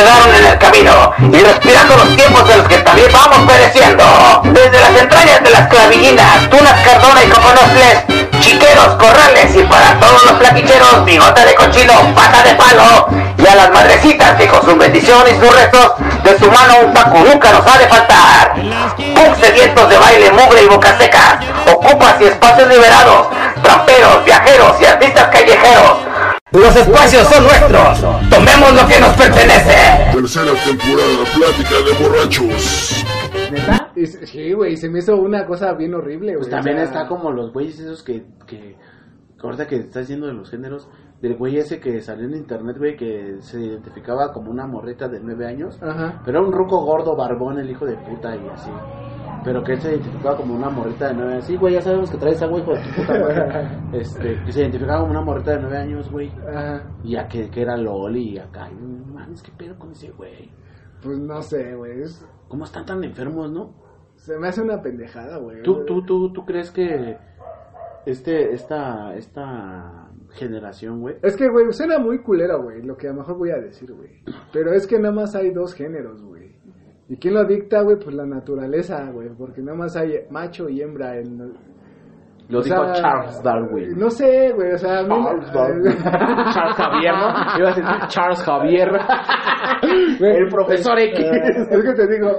quedaron en el camino y respirando los tiempos de los que también vamos pereciendo. Desde las entrañas de las clavillinas, tunas Cardona y coconostles, chiqueros, corrales y para todos los plaquicheros, bigote de cochino, pata de palo, y a las madrecitas que con su bendición y sus restos de su mano un taco nunca nos ha de faltar. Punk sedientos de baile, mugre y boca seca, ocupas y espacios liberados, tramperos, viajeros y artistas callejeros. Los espacios son nuestros, tomemos lo que nos pertenece. Tercera temporada, plática de borrachos. ¿Neta? Sí, güey, se me hizo una cosa bien horrible, güey. Pues también está como los güeyes esos que ahorita que estás diciendo de los géneros, del güey ese que salió en internet, güey, que se identificaba como una morrita de 9 años, Ajá. pero era un ruco gordo, barbón, el hijo de puta y así. Pero que él se identificaba como una morrita de 9 años. Sí, güey, ya sabemos que traes agua, hijo de tu puta madre. Que se identificaba como una morrita de 9 años, güey. Ajá. Y a que era Loli y acá. Mames, ¿qué pedo con ese güey? Pues no sé, güey. ¿Cómo están tan enfermos, no? Se me hace una pendejada, güey. ¿Tú crees que esta generación, güey? Es que, güey, suena muy culero, güey, lo que a lo mejor voy a decir, güey. Pero es que nada más hay dos géneros, güey. ¿Y quién lo dicta, güey? Pues la naturaleza, güey. Porque nada más hay macho y hembra. Lo dijo Charles Darwin. No sé, güey, o sea... Charles Darwin. Charles Javier, ¿no? Iba a decir Charles Javier. Güey, El profesor X. Es que te digo...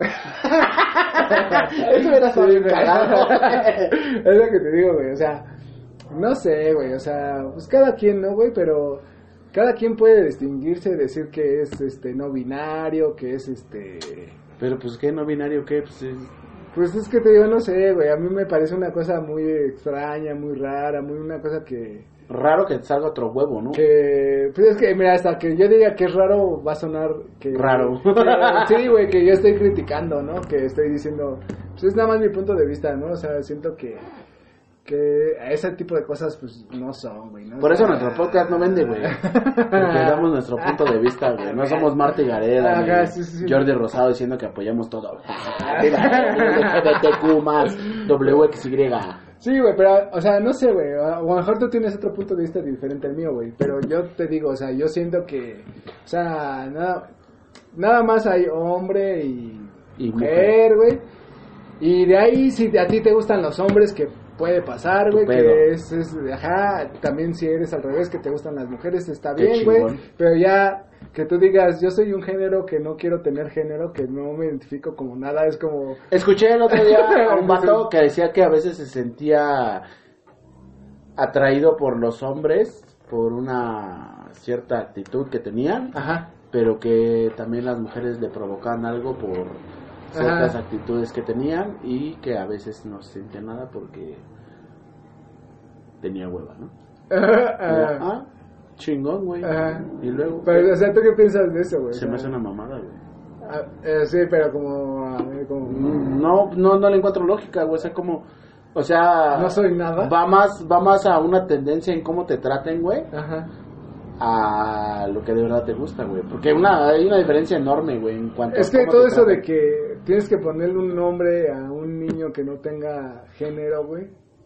Eso era Sí, cagado. Es lo que te digo, güey, o sea... No sé, güey, o sea... Pues cada quien, ¿no, güey? Pero... Cada quien puede distinguirse, decir que es no binario, que es Pero pues qué no binario, qué Pues es que te digo, no sé, güey, a mí me parece una cosa muy extraña, muy rara, muy una cosa que... Raro que te salga otro huevo, ¿no? Que, pues es que, mira, hasta que yo diga que es raro, va a sonar que... Raro. Sí, güey, que yo estoy criticando, ¿no? Que estoy diciendo, pues es nada más mi punto de vista, ¿no? O sea, siento que ese tipo de cosas, pues, no son, güey, ¿no? Por eso nuestro podcast no vende, güey. Porque damos nuestro punto de vista, güey. No somos Marta y Gareda, Ajá, ni sí. Jordi Rosado diciendo que apoyamos todo. LGBTQ más, WXY. Sí, güey, pero, o sea, no sé, güey, o a lo mejor tú tienes otro punto de vista diferente al mío, güey, pero yo te digo, o sea, yo siento que, o sea, nada más hay hombre y mujer, güey, y de ahí, si a ti te gustan los hombres, que puede pasar, güey, que ajá, también si eres al revés, que te gustan las mujeres, está bien, güey, pero ya... Que tú digas, yo soy un género que no quiero tener género, que no me identifico como nada, es como... Escuché el otro día a un vato que decía que a veces se sentía atraído por los hombres, por una cierta actitud que tenían, Ajá. pero que también las mujeres le provocaban algo por ciertas actitudes que tenían y que a veces no se siente nada porque tenía hueva, ¿no? Chingón, güey. Y luego... Pero, o sea, ¿tú qué piensas de eso, güey? Se me hace una mamada, güey. Sí, pero como... No le encuentro lógica, güey. O sea, como... O sea... No soy nada. Va más a una tendencia en cómo te traten, güey. Ajá. A lo que de verdad te gusta, güey. Porque hay una diferencia enorme, güey, en cuanto es a que cómo todo te eso tratan. de que tienes que ponerle un nombre a un niño que no tenga género, güey.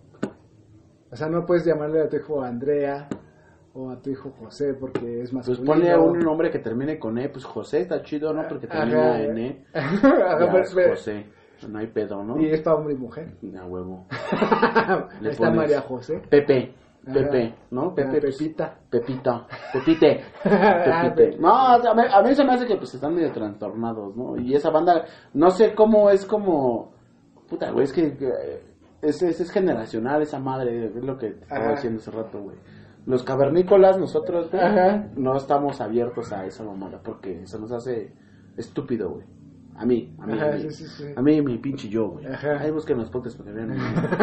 O sea, no puedes llamarle a tu hijo Andrea... O a tu hijo José, porque es más. Pues ponle un nombre que termine con E, pues José está chido, ¿no? Porque termina en E. Ajá, José, no hay pedo, ¿no? Y es para hombre y mujer. A huevo. Está María José. Pepe, ¿no? Pepe, Pepita. Pepita, Pepite. No, a mí se me hace que pues están medio trastornados, ¿no? Y esa banda, no sé cómo es como... Puta, güey, es que es generacional esa madre, es lo que estaba diciendo hace rato, güey. Los cavernícolas, nosotros, güey, no estamos abiertos a esa mamada porque se nos hace estúpido, güey. A mí. Sí. A mí, mi pinche yo, güey. Ahí busquen los podcasts para que vean.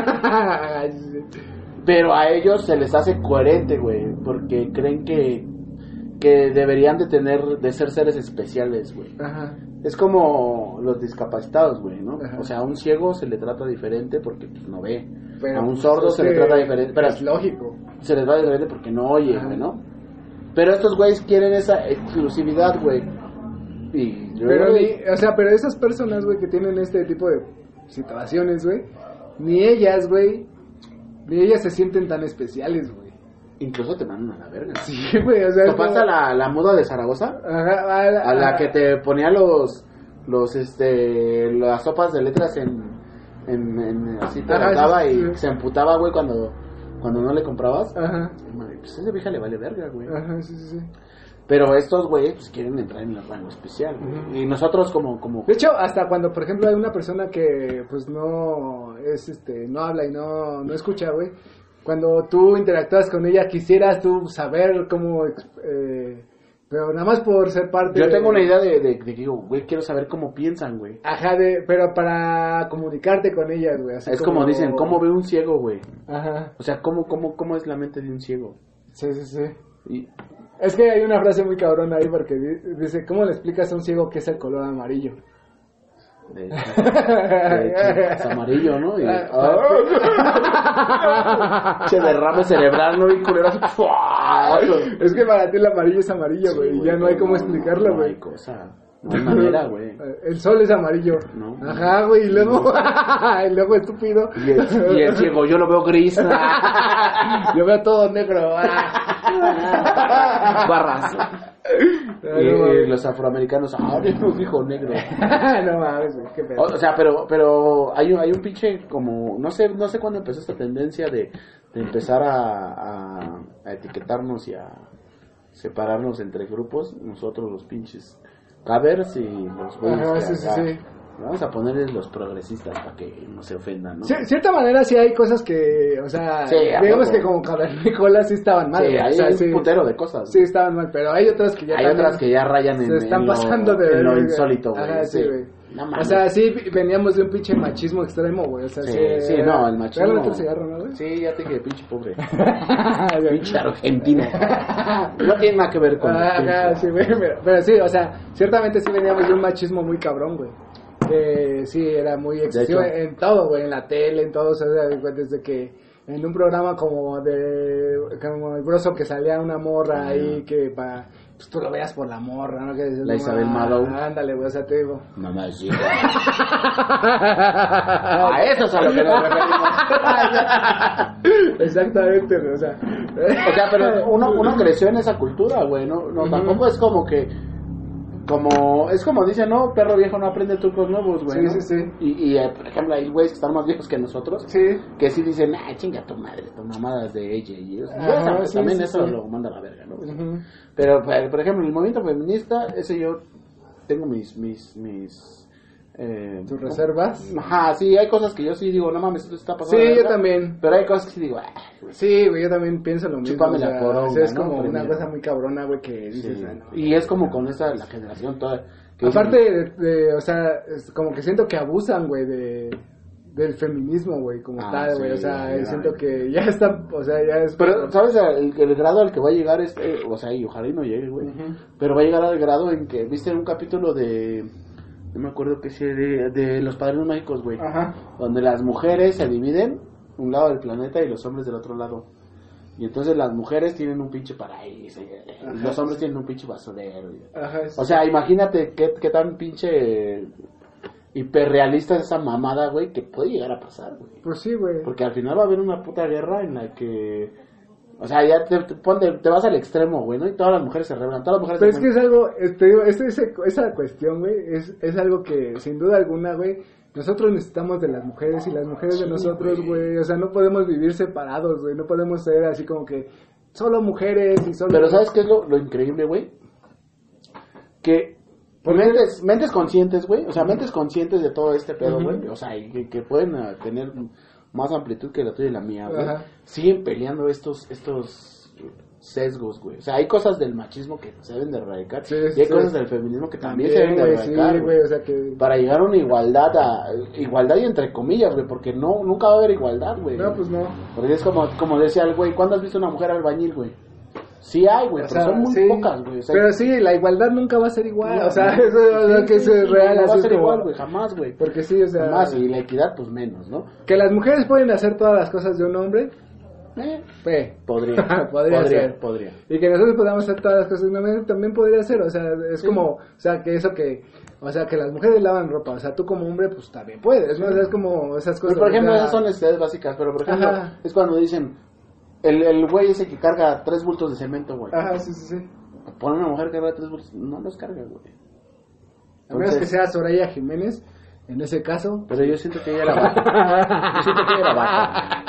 Sí. Pero a ellos se les hace coherente, güey, porque creen que deberían de ser seres especiales, güey. Ajá. Es como los discapacitados, güey, ¿no? Ajá. O sea, a un ciego se le trata diferente porque pues, no ve. Pero, a un sordo se le trata diferente. Pero es lógico. Se les trata diferente porque no oye, güey, ¿no? Pero estos güeyes quieren esa exclusividad, güey. Pero esas personas, güey, que tienen este tipo de situaciones, güey, ni ellas se sienten tan especiales, güey. incluso te mandan a la verga. Sí, güey, o sea... ¿Topaste la muda de Zaragoza? Ajá, a la que te ponía las sopas de letras en así te Ajá, daba sí, y sí. se emputaba, güey, cuando no le comprabas. Ajá. Pues esa vieja le vale verga, güey. Ajá, sí. Pero estos güeyes pues quieren entrar en el rango especial, güey. Y nosotros como De hecho, hasta cuando, por ejemplo, hay una persona que pues no es no habla y no escucha, güey. Cuando tú interactúas con ella, quisieras tú saber cómo pero nada más por ser parte. yo tengo una idea de que digo, güey, quiero saber cómo piensan, güey. Ajá, pero para comunicarte con ellas, güey. Es como dicen, ¿cómo ve un ciego, güey? Ajá. O sea, ¿cómo es la mente de un ciego? Sí. Y Es que hay una frase muy cabrona ahí porque dice, ¿cómo le explicas a un ciego qué es el color amarillo? de hecho, es amarillo, ¿no? Y, se derrame cerebral, ¿no? Y culero así, Es que para ti el amarillo es amarillo, sí, güey, y ya no hay cómo explicarlo, no güey. hay cosa, no hay manera, güey. El sol es amarillo. No. Ajá, güey, y luego, estúpido. Y el ciego, yo lo veo gris. Yo veo todo negro. Barras. Y los afroamericanos, nos dijo negro. No mames, güey, qué pedo. O sea, pero hay un pinche como, no sé cuándo empezó esta tendencia de empezar a etiquetarnos y a separarnos entre grupos, nosotros los pinches covers y los güeyes Ajá, que sí. vamos a ponerles los progresistas para que no se ofendan, ¿no? Sí, cierta manera sí hay cosas que, o sea, Sí, digamos poco. que como cavernícolas sí estaban mal. Sí, güey, hay o sea, un putero de cosas. Sí, estaban mal, pero hay otras que ya Hay también otras que ya rayan se están en lo, pasando de en lo verga. insólito, güey. Ajá, sí, güey. No O mames. sea, sí veníamos de un pinche machismo extremo, güey. O sea, Sí, no, el machismo. Realmente el cigarro, ¿no, güey? Sí, ya te dije, pinche pobre. Pinche argentino. No tiene nada que ver con Ajá, sí, güey. Pero sí, o sea, ciertamente sí veníamos de un machismo muy cabrón, güey. Sí, era muy excesivo hecho. en todo, güey, en la tele, en todo, o sea, desde que en un programa como el Broso que salía una morra ahí que pues tú lo veas por la morra, ¿no? Que dices, La no, Isabel Marlowe. Ándale, güey, o sea, te digo. Mamacita. A eso es a lo que nos referimos. Exactamente, güey, o sea. O sea, pero uno creció en esa cultura, güey. No, tampoco es como que. Es como dicen, no, perro viejo no aprende trucos nuevos, güey. Sí, ¿no? sí. Y por ejemplo, hay güeyes que están más viejos que nosotros. Sí. Que sí dicen, chinga tu madre, tu mamadas de ella. Y ellos, Ajá, sí, también sí, eso sí. lo manda a la verga, ¿no? Ujú. Pero, por ejemplo, el movimiento feminista, ese yo tengo mis ¿Tus reservas? Ajá, sí, hay cosas que yo sí digo, no mames, esto está pasando. Sí, de yo verdad. también. Pero hay cosas que sí digo, güey. Sí, güey, yo también pienso lo mismo. Chúpame o sea, la poronga, o sea, es ¿no? como una Primero. cosa muy cabrona, güey, que dices, Sí. no. Y es como con la generación toda. que Aparte o sea, es como que siento que abusan, güey, del feminismo, güey, como tal, güey. sí, O sea, ya. siento que ya está, o sea, ya es... Pero, ¿sabes? El grado al que va a llegar o sea, y ojalá y no llegue, güey. Ujú. Pero va a llegar al grado en que, viste, en un capítulo no me acuerdo que sí, de los Padrinos Mágicos, güey. Ajá. Donde las mujeres se dividen un lado del planeta y los hombres del otro lado. Y entonces las mujeres tienen un pinche paraíso y los hombres tienen un pinche basurero. Ajá. O sea, imagínate qué tan pinche hiperrealista es esa mamada, güey, que puede llegar a pasar, güey. Pues sí, güey. Porque al final va a haber una puta guerra en la que... O sea, ya te vas al extremo, güey, ¿no? Y todas las mujeres se rebelan, todas las mujeres Pero se es que es algo, te digo, esa cuestión, güey, es algo que sin duda alguna, güey, nosotros necesitamos de las mujeres y las mujeres de nosotros, güey. O sea, no podemos vivir separados, güey. No podemos ser así como que solo mujeres y solo... Pero ¿sabes qué es lo increíble, güey? Que mentes conscientes, güey. O sea, mentes conscientes de todo este pedo, güey. O sea, y que pueden tener más amplitud que la tuya y la mía, güey. Ajá. Siguen peleando estos sesgos, güey. O sea, hay cosas del machismo que se deben de erradicar. Sí, y hay sí. cosas del feminismo que también se deben de güey, erradicar, sí, güey, o sea que... para llegar a una igualdad y entre comillas, güey, porque nunca va a haber igualdad, güey. No, pues no. Porque es como decía el güey, ¿cuándo has visto una mujer albañil, güey? Sí hay, güey, O pero sea, son muy sí. pocas, güey. O sea, Pero sí, la igualdad nunca va a ser igual, no, o sea, no, eso es lo que es real. no va a así ser como- igual, güey, jamás, güey. Porque sí, o sea... Jamás, y la equidad, pues menos, ¿no? Que las mujeres pueden hacer todas las cosas de un hombre, Podría podría. Y que nosotros podamos hacer todas las cosas de un hombre, también podría ser, o sea, es como, o sea, que que las mujeres lavan ropa, o sea, tú como hombre, pues también puedes, ¿no? O sea, es como esas cosas. Pero, por ejemplo, o sea, esas son necesidades básicas, pero por ejemplo, Ajá. es cuando dicen, el güey ese que carga 3 bultos de cemento, güey. Ajá, sí. Pon una mujer que carga 3 bultos, no los carga, güey. A menos que sea Soraya Jiménez, en ese caso. Pero yo siento que ella era vaca. Yo siento que ella era vaca.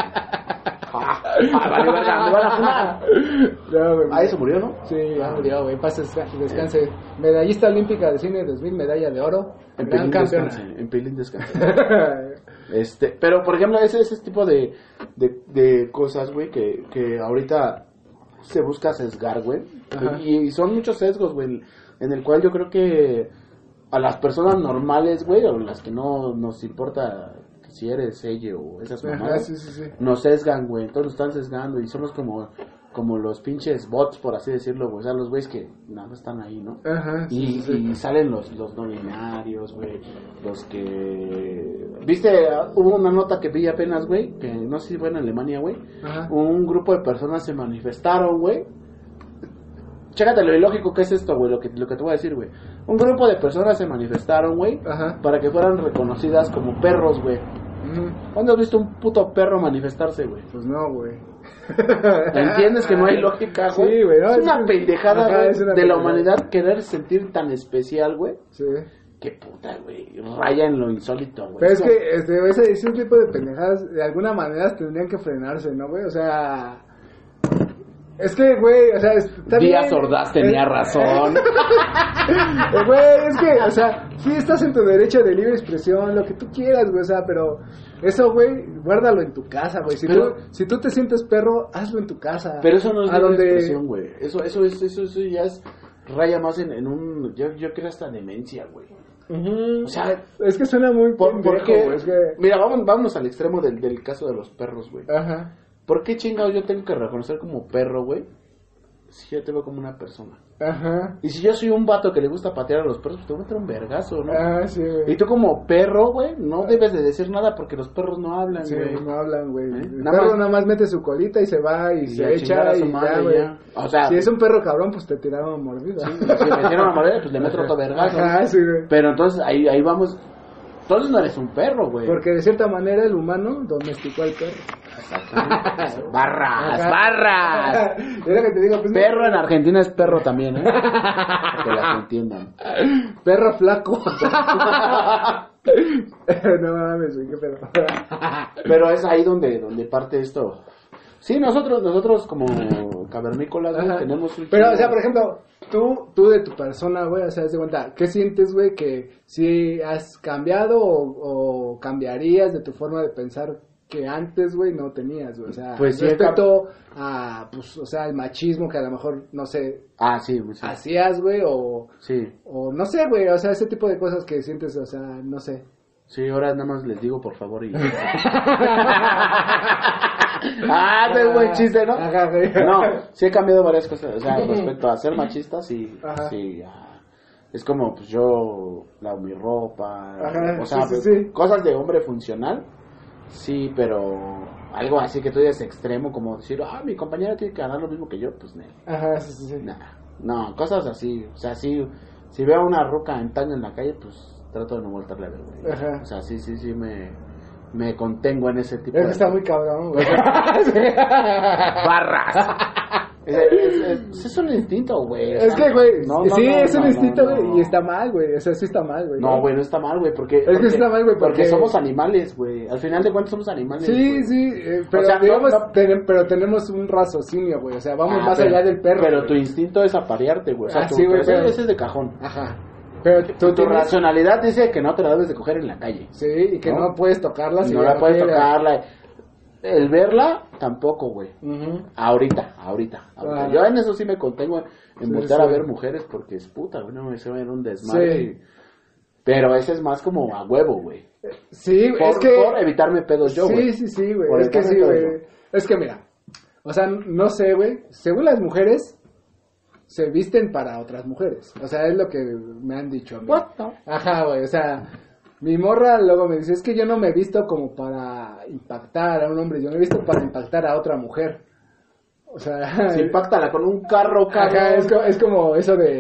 Vale, verga, me van a fumar. No, güey. Ah, eso murió, ¿no? Sí, ya murió, güey. Pase, descanse. Medallista olímpica de cine 2000, medalla de oro. En Gran Pelín campeona. descanse. En Pelín descanse. Pero, por ejemplo, ese tipo de cosas, güey, que ahorita se busca sesgar, güey. Y son muchos sesgos, güey, en el cual yo creo que a las personas normales, güey, o las que no nos importa si eres ella o esas mamadas, sí. nos sesgan, güey. Entonces nos están sesgando y somos como los pinches bots, por así decirlo, güey. O sea, los güeyes que nada están ahí, ¿no? Ajá, Y salen los no binarios, güey. Los que... ¿Viste? Hubo una nota que vi apenas, güey, que no sé si fue en Alemania, güey. Ajá. Un grupo de personas se manifestaron, güey. Chécate lo ilógico que es esto, güey, lo que te voy a decir, güey. Un grupo de personas se manifestaron, güey, para que fueran reconocidas como perros, güey. ¿Cuándo has visto un puto perro manifestarse, güey? Pues no, güey. ¿Entiendes que no hay lógica, güey? Sí, güey. No, es una pendejada, güey, de pendejada. la humanidad querer sentir tan especial, güey. Sí. Qué puta, güey. Raya en lo insólito, güey. Pero es que ese tipo de pendejadas de alguna manera tendrían que frenarse, ¿no, güey? O sea... Es que, güey, o sea... Díaz Ordaz tenía razón. Güey, es que, o sea, sí estás en tu derecho de libre expresión, lo que tú quieras, güey, o sea, pero... Eso, güey, guárdalo en tu casa, güey. Si tú te sientes perro, hazlo en tu casa. Pero eso no es libre expresión, güey. Eso ya es... Raya más en un... Yo creo hasta demencia, güey. O sea, es que suena muy porque, güey, es que... Mira, vámonos al extremo del caso de los perros, güey. Ajá. ¿Por qué chingados yo tengo que reconocer como perro, güey? Si yo te veo como una persona. Ajá. Y si yo soy un vato que le gusta patear a los perros, pues te voy a meter un vergazo, ¿no? Ah, sí, güey. Y tú como perro, güey, no debes de decir nada porque los perros no hablan, güey. Sí, no hablan, güey. El Nada perro más- nada más mete su colita y se va y se a chingar echa a su y madre, ya, güey. ya. O sea, Si es un perro cabrón, pues te tiraron mordida. si me dieron a madre, pues le meto otro vergazo. Ajá, sí, güey. Pero entonces ahí vamos. Entonces no eres un perro, güey. Porque de cierta manera el humano domesticó al perro. Exactamente. Barras, Ajá. barras. Es lo que te digo, pues, Perro en Argentina es perro también, ¿eh? Para que las entiendan. Perro flaco. No mames, güey, qué pedo. Pero es ahí donde parte esto. Sí, nosotros como cavernícolas, güey, Ajá. tenemos un Pero, chingo- o sea, por ejemplo, tú de tu persona, güey, o sea, haz de cuenta, ¿qué sientes, güey, que si has cambiado o cambiarías de tu forma de pensar que antes, güey, no tenías, güey? O sea, Pues sí, respecto a, pues, o sea, el machismo que a lo mejor, no sé, Ah, sí, sí. hacías, güey, Sí, o no sé, güey, o sea, ese tipo de cosas que sientes, o sea, no sé. sí, ahora nada más les digo por favor y... ese es buen chiste, ¿no? Ajá, güey. No, sí he cambiado varias cosas, o sea, respecto a ser machista, sí, Ajá. sí, es como, pues yo lavo mi ropa, Ajá, o sea, sí, pues, sí. cosas de hombre funcional, sí, pero algo así que tú digas extremo, como decir, mi compañera tiene que ganar lo mismo que yo, pues, Ajá, sí. no, cosas así, o sea, sí, si veo a una ruca en taño en la calle, pues, trato de no voltarle a ver, güey. Ajá. O sea, sí, me contengo en ese tipo Es que está muy cabrón, güey. barras. Es un instinto, güey. Es que, güey, sí, es un no, instinto, no, güey, no. y está mal, güey, o sea, sí está mal, güey. No, güey, no está mal, güey, porque... que está mal, güey, porque- somos animales, güey. Al final de cuentas somos animales, Sí, güey. sí, pero O sea, digamos, no- pero tenemos un raciocinio, güey, o sea, vamos más pero- allá del perro. Pero güey. tu instinto es aparearte, güey. O sea, Sí, güey, ese pero- es de cajón. Ajá. Pero Tu tienes- racionalidad dice que no te la debes de coger en la calle. Sí, y que no puedes tocarla si No ella la puedes quiere. tocarla. El verla, tampoco, güey. Ujú. Ahorita. Ah. Yo en eso sí me contengo en Sí, voltear sí. a ver mujeres porque es puta, güey, no me se va a ver un desmadre. Sí. Pero ese es más como a huevo, güey. Sí, güey, Por, es que... por evitarme pedos yo, güey. Sí, güey, Por es que evitarme sí, pedos güey. Es que mira, o sea, no sé, güey, según las mujeres, se visten para otras mujeres. O sea, es lo que me han dicho a mí. What the- Ajá, güey, o sea, mi morra luego me dice, es que yo no me he visto como para impactar a un hombre, yo me he visto para impactar a otra mujer. O sea, Sí, impáctala con un carro, ajá, cabrón. es como eso de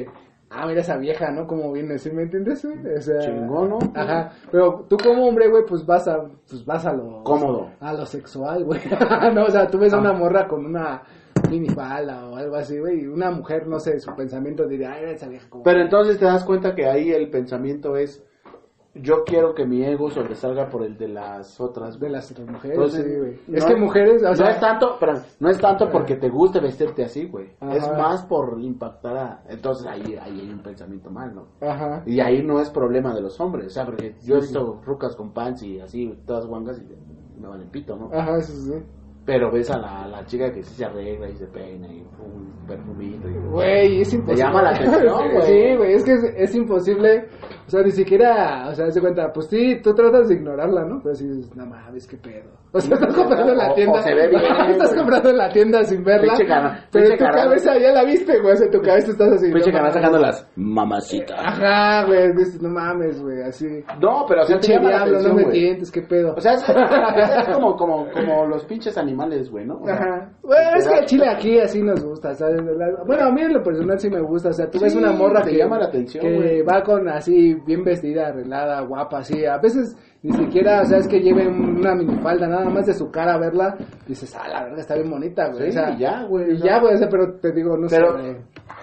mira esa vieja, ¿no? Como viene, ¿sí me entiendes, güey? O sea, chingón, ¿no? Ajá, pero tú como hombre, güey, pues vas a lo... Cómodo. A lo sexual, güey. No, o sea, tú ves a una morra con una minifalda o algo así, güey, y una mujer, no sé, su pensamiento diría, ay, esa vieja como... Pero entonces te das cuenta que ahí el pensamiento es, yo quiero que mi ego sobresalga por el de las otras. De las otras mujeres, Entonces, sí, güey. no Es que mujeres, o sea... no es tanto porque te guste vestirte así, güey. Ajá. Es más por impactar a... Entonces ahí hay un pensamiento mal, ¿no? Ajá. Y ahí no es problema de los hombres, o sea, porque yo he visto rucas con pants y así, todas guangas y me valen pito, ¿no? Ajá, sí, sí. Pero ves a la chica que sí se arregla y se peina y un perfumito y... Güey, es imposible. Te llama la atención, güey. Sí, güey, es que es imposible. O sea, ni siquiera, o sea, haz de cuenta, pues sí, tú tratas de ignorarla, ¿no? Pero si dices, no mames, qué pedo. O sea, estás comprando en la tienda. O se ve bien, estás güey. comprando en la tienda sin verla. Pero pinche tu canal. cabeza ya la viste, güey. O sea, tu cabeza estás así. Pinche no canal mames. sacando las mamacitas. Ajá, güey, dices, no mames, güey, así. No, pero o sea, te Pinche llama la diablo, no atención, me güey. tientes, qué pedo. O sea, es como los pinches animales, güey, ¿no? O sea, Ajá. Bueno, es que el chile aquí así nos gusta, ¿sabes? Bueno, a mí en lo personal sí me gusta, o sea, tú ves Sí, una morra te que llama la atención, que güey. va con así bien vestida, arreglada, guapa, así, a veces ni siquiera, o sea, es que lleve una minifalda, nada más de su cara a verla, dices, la verga está bien bonita, güey. Sí, o sea, y ya, güey. Y ya, güey, o sea, pero te digo, no Pero- sé, güey.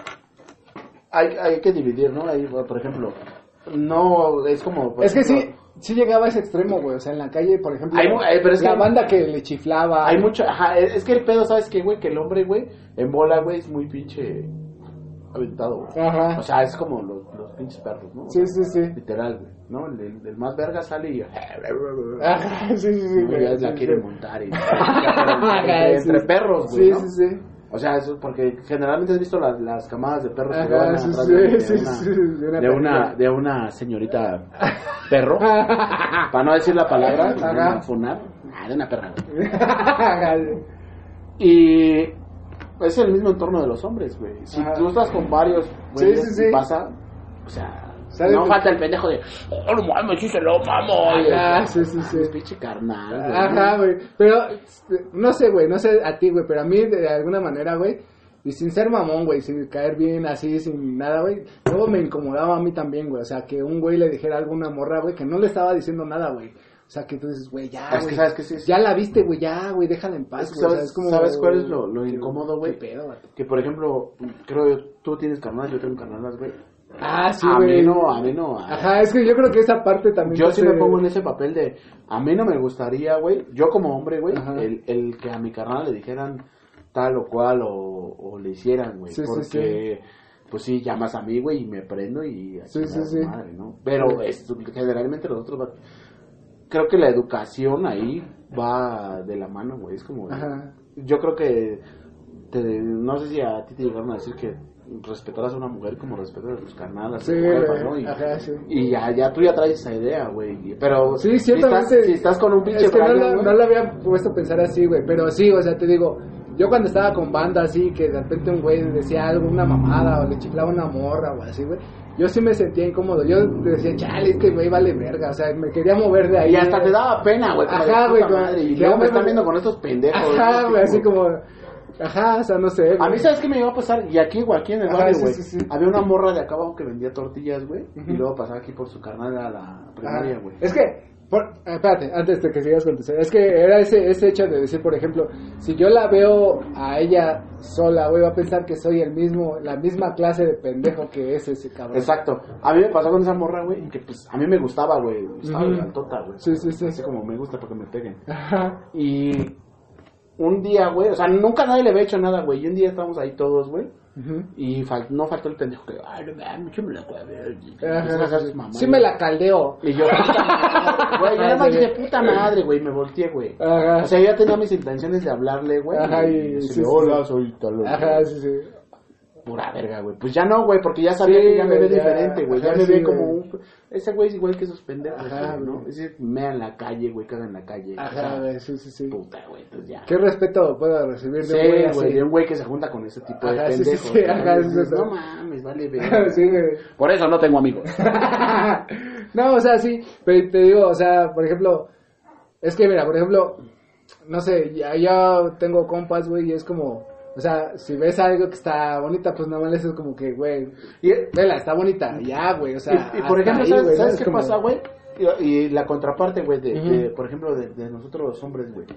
hay que dividir, ¿no? Ahí, por ejemplo, no, es como... por Es que ejemplo, sí llegaba a ese extremo, güey, o sea, en la calle, por ejemplo, pero es la que- banda que le chiflaba. Hay mucho, ajá, es que el pedo, ¿sabes qué, güey? Que el hombre, güey, en bola, güey, es muy pinche aventado, güey. Ajá. O sea, es como los pinches perros, ¿no? O Sí, sea, sí, sí. Literal, güey, ¿no? El más verga sale y... Ajá, sí, sí, sí. ¿no? güey, Ya sí, la sí. quieren montar y... Ajá, entre sí. perros, güey, Sí, ¿no? sí, sí. O sea, eso porque generalmente has visto las camadas de perros que Ajá, van sí, atrás sí, de, sí, sí, de una señorita perro, para no decir la palabra, Ajá. de una funar, de una perra. Ajá. Y es el mismo entorno de los hombres, güey. Si Ajá. tú estás con varios, Sí, güey, sí, sí. pasa, o sea, ¿Sabes? no falta el pendejo de, oh, no mames, sí se lo mamo. Ajá, sí, sí, sí. Es pinche carnal, güey. Ajá, güey. Pero, no sé, güey, no sé a ti, güey, pero a mí de alguna manera, güey, y sin ser mamón, güey, sin caer bien así, sin nada, güey, luego me incomodaba a mí también, güey. O sea, que un güey le dijera algo a una morra, güey, que no le estaba diciendo nada, güey. O sea, que tú dices, güey, ya, Es que güey, sabes que sí, sí. ya la viste, güey, ya, güey, déjala en paz, Es que güey. O sea, es como... ¿sabes cuál es lo incómodo, güey? ¿Qué pedo, vato? Que, por ejemplo, creo tú tienes carnal, yo tengo carnalas, güey. Ah, sí, a güey. mí no. Ajá, es que yo creo que esa parte también... Yo te sí hace- me pongo en ese papel de, a mí no me gustaría, güey, yo como hombre, güey, Ajá. el que a mi carnal le dijeran tal o cual o le hicieran, güey, Sí, sí, porque, pues sí, llamas a mí, güey, y me prendo y... a Sí, chingar a sí, su sí. madre, ¿no? Pero generalmente los otros... Creo que la educación ahí va de la mano, güey, es como... Ajá. Yo creo que... no sé si a ti te llegaron a decir que respetaras a una mujer como respetas a tus carnalas, Sí, a tu jefa, güey. ¿no? Y, Ajá, sí. y ya tú ya traes esa idea, güey. Pero Sí, si ciertamente. estás con un pinche Es que no, frágil, güey, no lo había puesto a pensar así, güey. Pero sí, o sea, te digo, yo cuando estaba con banda así, que de repente un güey decía algo, una mamada, o le chiflaba una morra o así, güey. Yo sí me sentía incómodo. Yo decía, chale, este güey vale verga. O sea, me quería mover de ahí. y hasta te daba pena, güey. como Ajá, de güey, puta como- madre, y que luego ya me están me- viendo con estos pendejos. Ajá, ¿no? güey, así como. Ajá, o sea, no sé. A güey. mí, ¿sabes qué me iba a pasar? Y aquí, güey, aquí en el Ajá, barrio, sí, güey, sí, sí. había una morra de acá abajo que vendía tortillas, güey, Ujú. y luego pasaba aquí por su carnal a la primaria, Ajá. güey. Es que, espérate, antes de que sigas con tu historia, es que era ese hecho de decir, por ejemplo, si yo la veo a ella sola, güey, va a pensar que soy la misma clase de pendejo que es ese cabrón. Exacto. A mí me pasó con esa morra, güey, y que pues a mí me gustaba, güey. Estaba Ujú. gigantota, güey. Sí, sí, sí. Así como me gusta porque me peguen. Ajá. Y un día, güey, o sea, nunca nadie le había hecho nada, güey. Y un día estábamos ahí todos, güey. Ujú. Y no faltó el pendejo que, ay, no mames, yo me la puedo ver. Ajá. Sí me la caldeo. Y yo, puta madre, güey, yo nada más dije, puta madre, güey, me volteé, güey. Ajá. O sea, yo ya tenía mis intenciones de hablarle, güey. Ajá, y decirle, sí, sí, hola, sí. soy tal. Ajá, sí, sí. Pura verga, güey. Pues ya no, güey, porque ya sabía Sí, que ya me ve güey, ya. diferente, güey. Ya Ajá, me sí, ve como güey. un... Ese güey es igual que esos pendejos, Ajá, güey, ¿no? güey. Ese mea en la calle, güey, caga en la calle. o Ajá, sea, güey, sí, sí, sí. puta, güey, entonces ya. ¿Qué respeto puedo recibir de Sí, un güey güey, así? de un güey que se junta con ese tipo de Ajá, sí, sí, pendejos. sí, ¿no? ajá, Y dices, sí, sí. no mames, vale, verga. Sí, güey. Por eso no tengo amigos. No, o sea, sí, pero te digo, o sea, por ejemplo, es que mira, por ejemplo, no sé, ya tengo compas, güey, y es como, O sea, si ves algo que está bonita, pues nada más es como que, güey, vela, está bonita, ya, güey, o sea. Y por ejemplo, ahí, ¿sabes ¿no? qué pasa, güey? Y la contraparte, güey, de, por ejemplo, de nosotros los hombres, güey.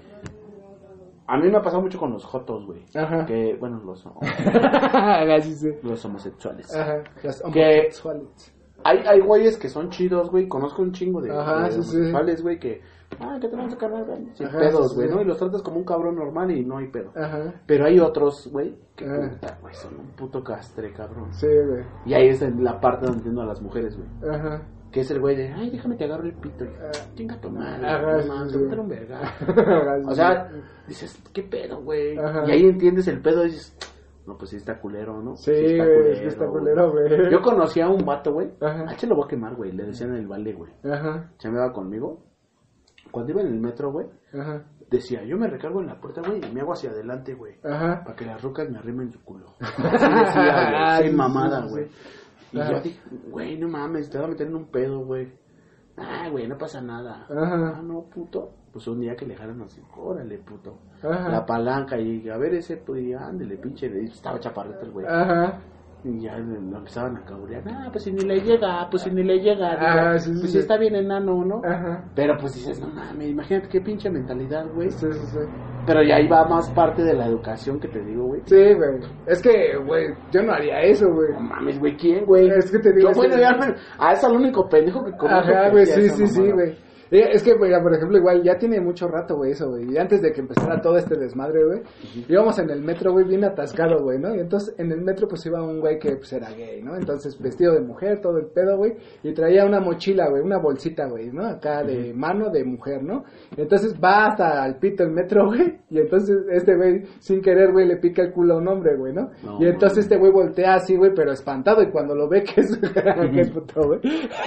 A mí me ha pasado mucho con los jotos, güey. Ajá. Que, bueno, los homosexuales. Ajá, los homosexuales. Hay güeyes que son chidos, güey. Conozco un chingo de sí, homosexuales, güey, que... que te vamos a cargar, güey. Sin Ajá, pedos, sí, güey, sí. ¿no? Y los tratas como un cabrón normal y no hay pedo. Ajá. Pero hay otros, güey, que Ajá. güey, son un puto castre, cabrón. Sí, güey. Y ahí es la parte donde entiendo a las mujeres, güey. Ajá. Que es el güey de, ay, déjame te agarro el pito. Chinga tu madre. Ajá, sí, No, sí. te voy a meter un verga. Ajá, O sea, dices, ¿qué pedo, güey? Ajá. Y ahí entiendes el pedo y dices, no, pues sí está culero, ¿no? Sí, güey, es que está culero, güey. Yo conocí a un vato, güey. Ajá. H lo voy a quemar, güey. Le decían el vale, güey. Ajá. Chameaba conmigo. Cuando iba en el metro, güey, Ajá. decía, yo me recargo en la puerta, güey, y me hago hacia adelante, güey. Ajá. Para que las rocas me arrimen su culo. Así decía, güey. Soy Sí, mamada, sí, güey. sí. Y Ajá. yo dije, güey, no mames, te voy a meter en un pedo, güey. Ah, güey, no pasa nada. Ajá. Ah, no, puto. Pues un día que le jalan así, órale, puto. Ajá. La palanca y a ver ese, pues, y ándele, pinche. Y estaba chaparrito el güey. Ajá. Y ya lo empezaban a cabrear. Ah, pues si ni le llega, pues si ni le llega. Ajá, digo, sí, sí, pues sí. está bien enano, ¿no? Ajá. Pero pues dices, no mames, imagínate qué pinche mentalidad, güey. Sí, sí, sí. Pero ya ahí va más parte de la educación que te digo, güey. Sí, güey. Es que, güey, yo no haría eso, güey. No mames, güey, ¿quién, güey? Es que te digo, Yo, bueno, sí. ya, es el único pendejo que conozco. Ajá, que güey, hacía sí, esa sí, sí, mamada. güey. Es que, güey, por ejemplo, igual ya tiene mucho rato, güey, eso, güey. Y antes de que empezara todo este desmadre, güey, íbamos en el metro, güey, bien atascado, güey, ¿no? Y entonces en el metro, pues iba un güey que pues era gay, ¿no? Entonces vestido de mujer, todo el pedo, güey. Y traía una mochila, güey, una bolsita, güey, ¿no? Acá de mano de mujer, ¿no? Entonces va hasta el pito el metro, güey. Y entonces este güey, sin querer, güey, le pica el culo a un hombre, güey, ¿no? No, Y entonces este güey voltea así, güey, pero espantado. Y cuando lo ve que es, que es puto, güey.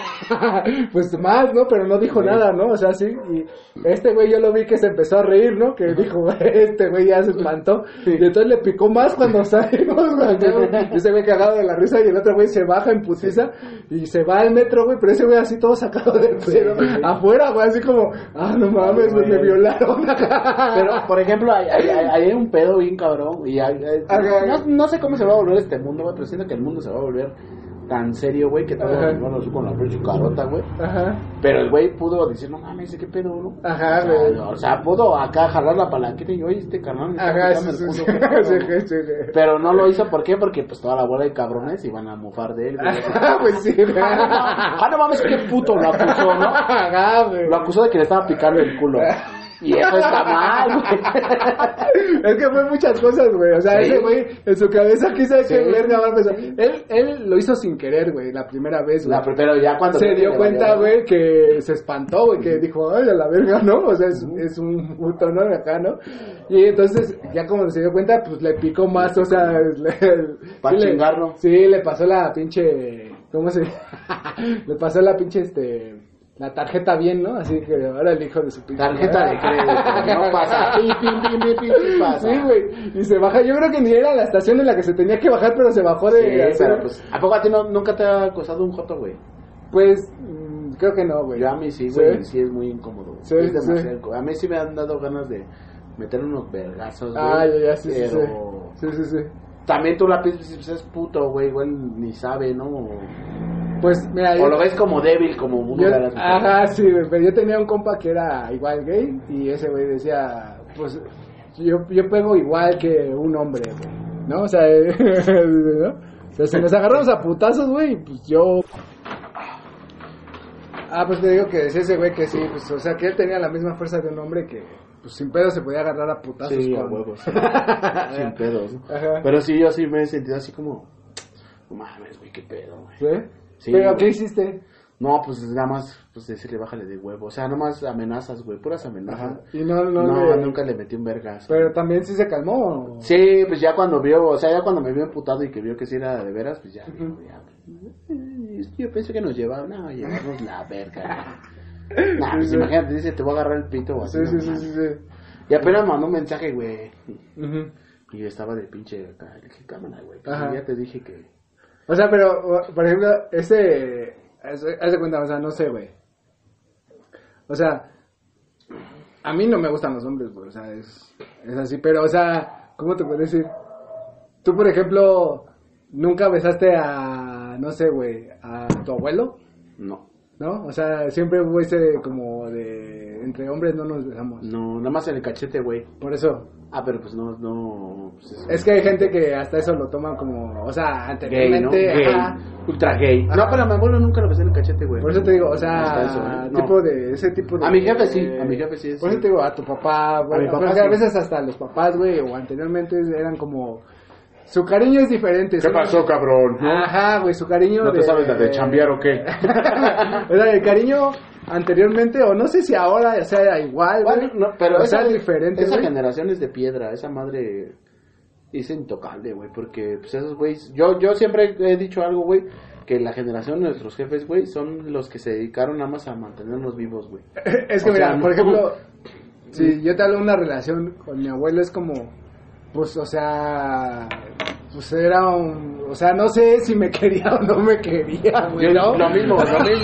Pues más, ¿no? Pero no dijo nada, ¿no? O sea, sí. Y este güey yo lo vi que se empezó a reír, ¿no? Que dijo, este güey ya se espantó. Y entonces le picó más cuando salimos, güey. Ese güey cagado de la risa y el otro güey se baja en putiza y se va al metro, güey. Pero ese güey así todo sacado de pedo. Afuera, güey, así como, no mames, güey, me violaron acá. Pero, por ejemplo, hay un pedo bien cabrón. Y no sé cómo se va a volver este mundo, güey, pero siento que el mundo se va a volver tan serio, güey, que todo bueno, así con la pinche carota, güey. Ajá. Pero el güey pudo decir, no mames, ¿qué pedo, no? Ajá, güey. O sea, pudo acá jalar la palanquita y oye, este carnal me está Ajá, picando sí, el sí, culo, sí. cabrón. Sí, sí, sí. Pero no lo hizo, ¿por qué? Porque pues toda la bola de cabrones iban a mufar de él, güey. Pues sí, güey. No mames, qué puto lo acusó, ¿no? Ajá, güey. Lo acusó de que le estaba picando el culo. Y eso está mal, güey. Es que fue muchas cosas, güey. O sea, Sí. ese güey en su cabeza quiso Sí. que verga va a pensar. Él lo hizo sin querer, güey, la primera vez, güey. Pero ya cuando Se dio le cuenta, valió, güey, que se espantó, güey, que dijo, ay, a la verga, ¿no? O sea, es un puto, ¿no? De acá, ¿no? Y entonces, ya como se dio cuenta, pues le picó más, o sea, Pa' sí le- chingarlo. Sí, le pasó la pinche, ¿cómo se? Le pasó la pinche, la tarjeta bien, ¿no? Así que ahora el hijo de su pinche Tarjeta de crédito, no pasa. Pim, pasa. Sí, güey. Y se baja. Yo creo que ni era la estación en la que se tenía que bajar, pero se bajó de. Sí, hacer- pero pues, ¿a poco a ti nunca te ha acosado un joto, güey? Pues, creo que no, güey. Yo a mí sí, güey, ¿Sí? sí es muy incómodo. Güey. Sí, Es sí. demasiado. A mí sí me han dado ganas de meter unos vergazos, güey. Ya, sí, sí, sí. pero Sí, sí, sí. también tú la piensas, pues es puto, güey, igual ni sabe, ¿no? Pues, mira, O lo ves como débil, como uno yo- de las mujeres. ajá, sí, güey. Pero yo tenía un compa que era igual gay. Y ese güey decía, pues, yo pego igual que un hombre, güey. ¿No? O sea, ¿no? O sea, si nos agarramos a putazos, güey, pues yo. Pues te digo que decía ese güey que sí, pues, o sea, que él tenía la misma fuerza de un hombre que, pues, sin pedo se podía agarrar a putazos. Sí, a con- huevos. Sin pedos. Ajá. Pero sí, yo sí me he sentido así como, no mames, güey, qué pedo, güey. ¿Sí? Sí, ¿Pero güey. qué hiciste? No, pues nada más, pues decirle bájale de huevo. O sea, nomás amenazas, güey, puras amenazas. Ajá. Y no, Nunca le metí un vergas. Pero también sí se calmó. Sí, pues ya cuando vio, o sea, ya cuando me vio emputado y que vio que sí era de veras, pues ya, dijo, ya. Yo pensé que nos llevaban, no, llevarnos la verga. Nah, pues sí. imagínate, dice, te voy a agarrar el pito o así. Sí, sí, no sí, mames. sí, sí. Y apenas mandó un mensaje, güey. Ujú. Y yo estaba de pinche acá. Le dije, cámara, güey. Pues Ajá. ya te dije que. O sea, pero, por ejemplo, haz de cuenta, o sea, no sé, güey. O sea, a mí no me gustan los hombres, güey, o sea, es así, pero, o sea, ¿cómo te puedo decir? tú, por ejemplo, ¿nunca besaste a, no sé, güey, a tu abuelo? No. ¿No? O sea, siempre hubo ese como de... Entre hombres no nos besamos. No, nada más en el cachete, güey. Por eso. Ah, pero pues no... Pues es que hay gente que hasta eso lo toman como... O sea, anteriormente... Gay, ¿no? Gay. Ajá. Ultra gay. Ajá. No, pero a mi abuelo nunca lo besé en el cachete, güey. Por eso te digo, o sea, Hasta eso, no. tipo de... Ese tipo de... A mi jefe sí, a mi jefe sí. Por eso te digo, a tu papá, güey. A mi papá porque sí. a veces hasta los papás, güey, o anteriormente eran como... Su cariño es diferente. ¿Qué pasó, cabrón? ¿No? Ajá, güey, su cariño... ¿No te sabes la de chambear o qué? O sea, el cariño anteriormente, o no sé si ahora sea igual, güey. Bueno, no, pero o sea, diferente, esa güey. generación es de piedra, esa madre es intocable, güey, porque pues esos güeyes, yo siempre he dicho algo, güey, que la generación de nuestros jefes, güey, son los que se dedicaron nada más a mantenernos vivos, güey. Es que O mira, sea, por no. ejemplo, si yo te hablo de una relación con mi abuelo, es como, pues, o sea, pues era un, o sea, no sé si me quería o no me quería, güey, ¿no? Lo mismo,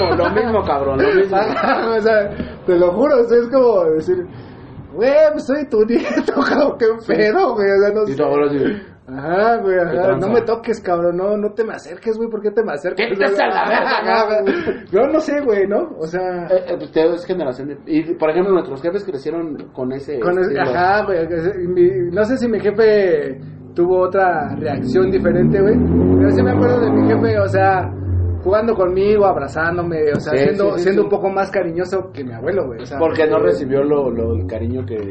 cabrón, lo mismo. O sea, te lo juro, o sea, es como decir, güey, pues soy tu nieto, cabrón, qué pedo, güey, o sea, no Y sé. tu abuelo así, Ajá, güey, ¿Qué ajá, tranza? no me toques, cabrón, no te me acerques, güey, ¿por qué te me acerques? ¿Qué te hace a la verga, Ajá, güey. Yo no sé, güey, ¿no? O sea... pues te digo, es generación de... Y, por ejemplo, nuestros jefes crecieron con ese estilo. Ajá, güey, no sé si mi jefe tuvo otra reacción diferente, güey, pero sí me acuerdo de mi jefe, o sea, jugando conmigo, abrazándome, o sea, Sí, siendo sí. un poco más cariñoso que mi abuelo, güey, o sea, Porque no recibió el cariño que...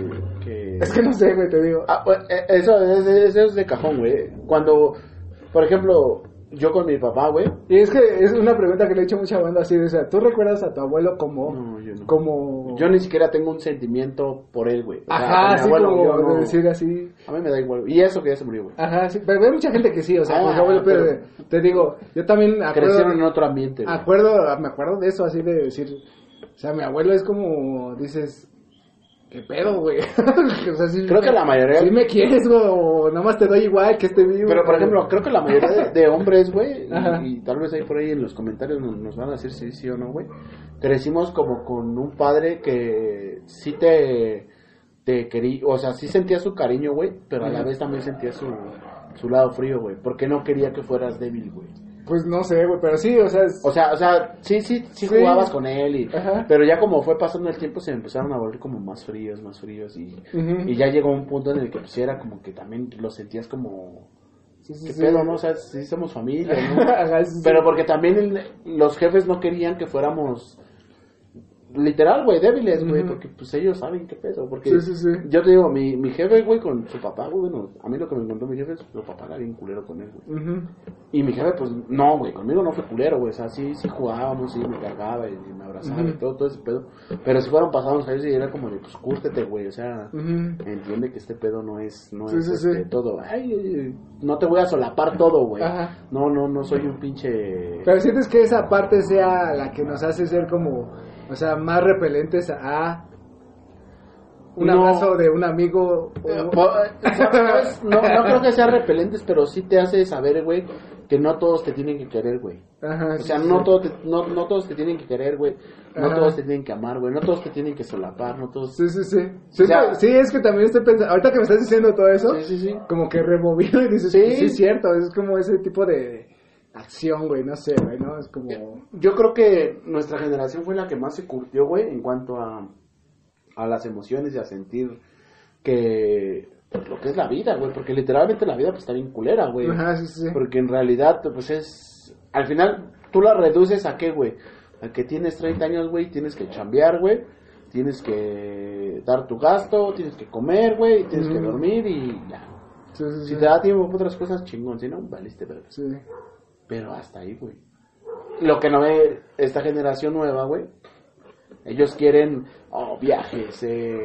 Es que no sé, güey, te digo. Ah, pues, eso es de cajón, güey. Cuando, por ejemplo, yo con mi papá, güey. Y es que es una pregunta que le he hecho mucha banda así, o sea, ¿tú recuerdas a tu abuelo como... No, yo no. como... Yo ni siquiera tengo un sentimiento por él, güey. O sea, Ajá, con mi así abuelo, como yo no- de decir así... A mí me da igual. Y eso que ya se murió, güey. Ajá, sí, pero hay mucha gente que sí, o sea, Ah, con mi abuelo, pero pero- te digo, yo también Crecieron en otro ambiente, güey. me acuerdo de eso, así de decir, o sea, mi abuelo es como, dices, ¿qué pedo, güey? O sea, sí, Creo que la mayoría... Si me quieres, güey, o nada más te doy igual que esté vivo. Pero, por ejemplo, creo que la mayoría de hombres, güey, Ajá. y tal vez ahí por ahí en los comentarios nos van a decir si sí o no, güey, crecimos como con un padre que sí te quería, o sea, sí sentía su cariño, güey, pero a la vez también sentía su lado frío, güey, porque no quería que fueras débil, güey. Pues no sé, güey, pero sí, o sea, O sea, sí jugabas con él, Ajá. pero ya como fue pasando el tiempo se empezaron a volver como más fríos, y, Ujú. y ya llegó un punto en el que pues era como que también lo sentías como... sí, ¿Qué sí. pedo, no? O sea, sí somos familia, ¿no? Ajá, sí, sí. Pero porque también los jefes no querían que fuéramos literal, güey, débiles, güey, Ujú. porque pues ellos saben qué pedo, porque Sí, sí, sí. yo te digo, mi jefe, güey, con su papá, güey, bueno, a mí lo que me encontró mi jefe es que su papá era bien culero con él, güey. Ujú. Y mi jefe, pues, no, güey, conmigo no fue culero, güey, o sea, sí jugábamos, sí me cargaba y me abrazaba y todo ese pedo, pero si fueron pasados años y era como de, pues, cúrtete, güey, o sea, Ujú. entiende que este pedo no es Sí, este, sí, sí. todo, ay, no te voy a solapar todo, güey, Ajá. no soy un pinche... Pero sientes que esa parte sea la que nos hace ser como, o sea, más repelentes a un No. abrazo de un amigo. ¿Sabes? No creo que sean repelentes, pero sí te hace saber, güey, que no todos te tienen que querer, güey. Ajá, O sí, sea, sí. no todos te tienen que querer, güey. No Ajá. todos te tienen que amar, güey. No todos te tienen que solapar, no todos... Sí, sí, sí. Sí, O sea- sí, es que también estoy pensando, ahorita que me estás diciendo todo eso, Sí. como que rebobino y dices, Sí. sí, es cierto, es como ese tipo de acción, güey, no sé, güey, ¿no? Es como... Yo creo que nuestra generación fue la que más se curtió, güey, en cuanto a las emociones y a sentir que... Pues lo que es la vida, güey, porque literalmente la vida pues está bien culera, güey. Ajá, sí, sí. Porque en realidad, pues es... Al final, tú la reduces a qué, güey. A que tienes 30 años, güey, tienes que chambear, güey. Tienes que dar tu gasto, tienes que comer, güey, tienes que dormir y ya. Sí, sí, Si sí. te da tiempo para otras cosas, chingón. Si no, valiste, pero... Sí. Pero hasta ahí, güey. Lo que no ve esta generación nueva, güey. Ellos quieren viajes,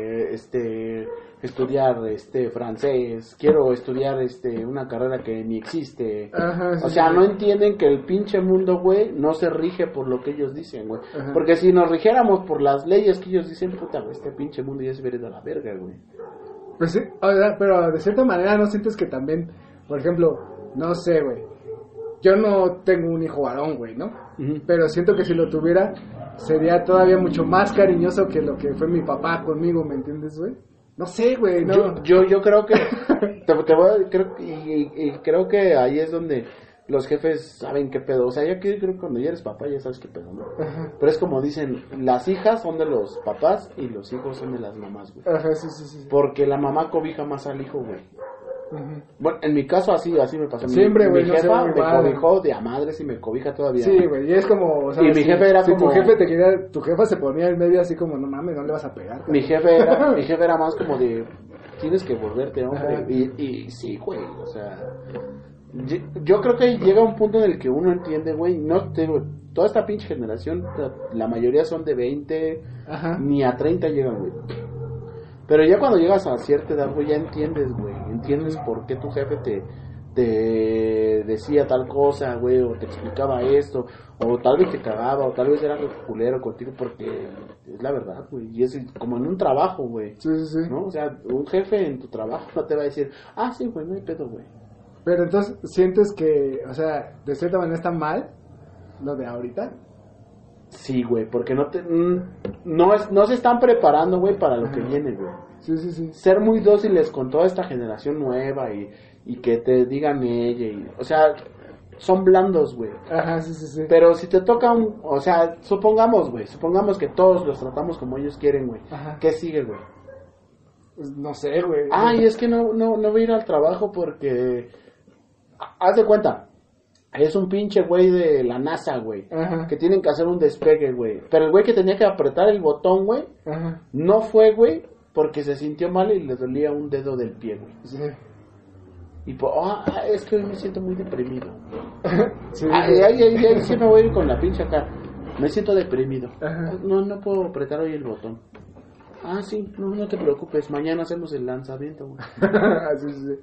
estudiar francés, quiero estudiar una carrera que ni existe. Ajá, sí, O sea, sí. no entienden que el pinche mundo, güey, no se rige por lo que ellos dicen, güey. Ajá. Porque si nos rigiéramos por las leyes que ellos dicen, puta, güey, este pinche mundo ya se vería de la verga, güey. Pues sí, o sea, pero de cierta manera no sientes que también, por ejemplo, no sé, güey, yo no tengo un hijo varón, güey, ¿no? Ujú. Pero siento que si lo tuviera, sería todavía mucho más cariñoso que lo que fue mi papá conmigo, ¿me entiendes, güey? No sé, güey, no. Yo creo que creo que ahí es donde los jefes saben qué pedo. O sea, yo creo que cuando ya eres papá ya sabes qué pedo, ¿no? Ajá. Pero es como dicen, las hijas son de los papás y los hijos son de las mamás, güey. Ajá, sí. Porque la mamá cobija más al hijo, güey. Ajá. Bueno, en mi caso así me pasó. Siempre, güey, Mi no sé, jefa muy me mal. cobijó de a madres y me cobija todavía. Sí, güey, y es como, o sea, Y mi jefe era si como- tu jefe te quería, tu jefa se ponía en medio así como, no mames, no le vas a pegar. Mi jefe era más como de, tienes que volverte hombre. Ajá. Y sí, güey, o sea, yo creo que llega un punto en el que uno entiende, güey, no te digo, toda esta pinche generación, la mayoría son de 20, Ajá. ni a 30 llegan, güey. Pero ya cuando llegas a cierta edad, güey, ya entiendes, güey, entiendes por qué tu jefe te decía tal cosa, güey, o te explicaba esto, o tal vez te cagaba, o tal vez era culero contigo, porque es la verdad, güey, y es como en un trabajo, güey, Sí. ¿no? O sea, un jefe en tu trabajo no te va a decir, ah, sí, güey, no hay pedo, güey. Pero entonces, ¿sientes que, o sea, de cierta manera está mal lo de ahorita? Sí, güey, porque no se están preparando, güey, para lo que viene, güey. Sí. Ser muy dóciles con toda esta generación nueva y que te digan ella, o sea, son blandos, güey. Ajá, sí. Pero si te toca o sea, supongamos que todos los tratamos como ellos quieren, güey. Ajá. ¿Qué sigue, güey? Pues no sé, güey. Ay, es que no voy a ir al trabajo porque, haz de cuenta, es un pinche güey de la NASA, güey, Ajá. que tienen que hacer un despegue, güey. Pero el güey que tenía que apretar el botón, güey, Ajá. no fue, güey, porque se sintió mal y le dolía un dedo del pie, güey. Sí. Y pues, es que hoy me siento muy deprimido. Sí. Ahí sí me voy a ir con la pinche acá. Me siento deprimido. Ajá. No puedo apretar hoy el botón. Ah, sí, no te preocupes. Mañana hacemos el lanzamiento, güey. Sí.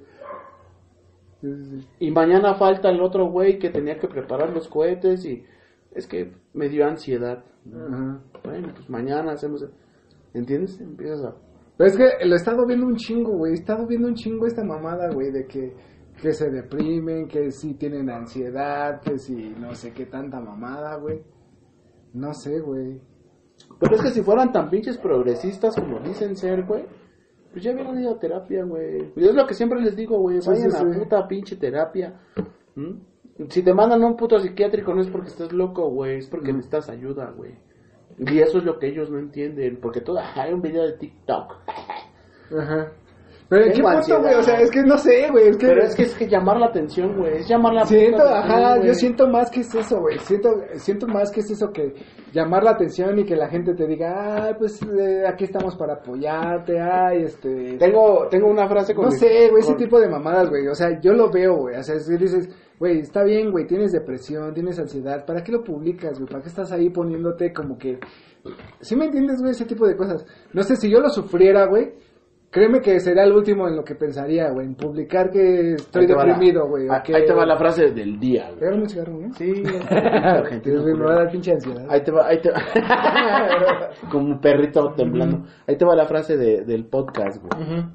Y mañana falta el otro güey que tenía que preparar los cohetes y es que me dio ansiedad. Ajá. Bueno, pues mañana hacemos... ¿Entiendes? Empiezas a... Pero es que lo he estado viendo un chingo, güey. He estado viendo un chingo esta mamada, güey, de que se deprimen, que si tienen ansiedad, que si no sé qué tanta mamada, güey. No sé, güey. Pero es que si fueran tan pinches progresistas como dicen ser, güey, pues ya hubieran ido a terapia, güey. Pues es lo que siempre les digo, güey, vayan Sí. a puta pinche terapia. Si te mandan a un puto psiquiátrico no es porque estás loco, güey, es porque necesitas ayuda, güey. Y eso es lo que ellos no entienden, porque todo, hay un video de TikTok. Ajá. Pero ¿en qué Tengo punto, ansiedad. güey? O sea, es que no sé, güey. Pero es que llamar la atención, güey, es llamar la Siento, puta atención, ajá, güey. yo siento más que es eso, güey. Siento más que es eso que llamar la atención y que la gente te diga, ay, pues aquí estamos para apoyarte, ay, Tengo una frase con no mi- sé, güey, ese con- tipo de mamadas, güey. O sea, yo lo veo, güey. O sea, si dices, güey, está bien, güey, tienes depresión, tienes ansiedad, ¿para qué lo publicas, güey? ¿Para qué estás ahí poniéndote como que... ¿Sí me entiendes, güey? Ese tipo de cosas. No sé, si yo lo sufriera, güey, créeme que sería el último en lo que pensaría, güey, en publicar que estoy Ahí te va la- deprimido, güey. o que... Ahí te va la frase del día, güey. Pégame un cigarro, güey. Sí, Dios mío, me va a dar pinche ansiedad. Ahí te va. Como un perrito temblando. Ahí te va la frase del podcast, güey.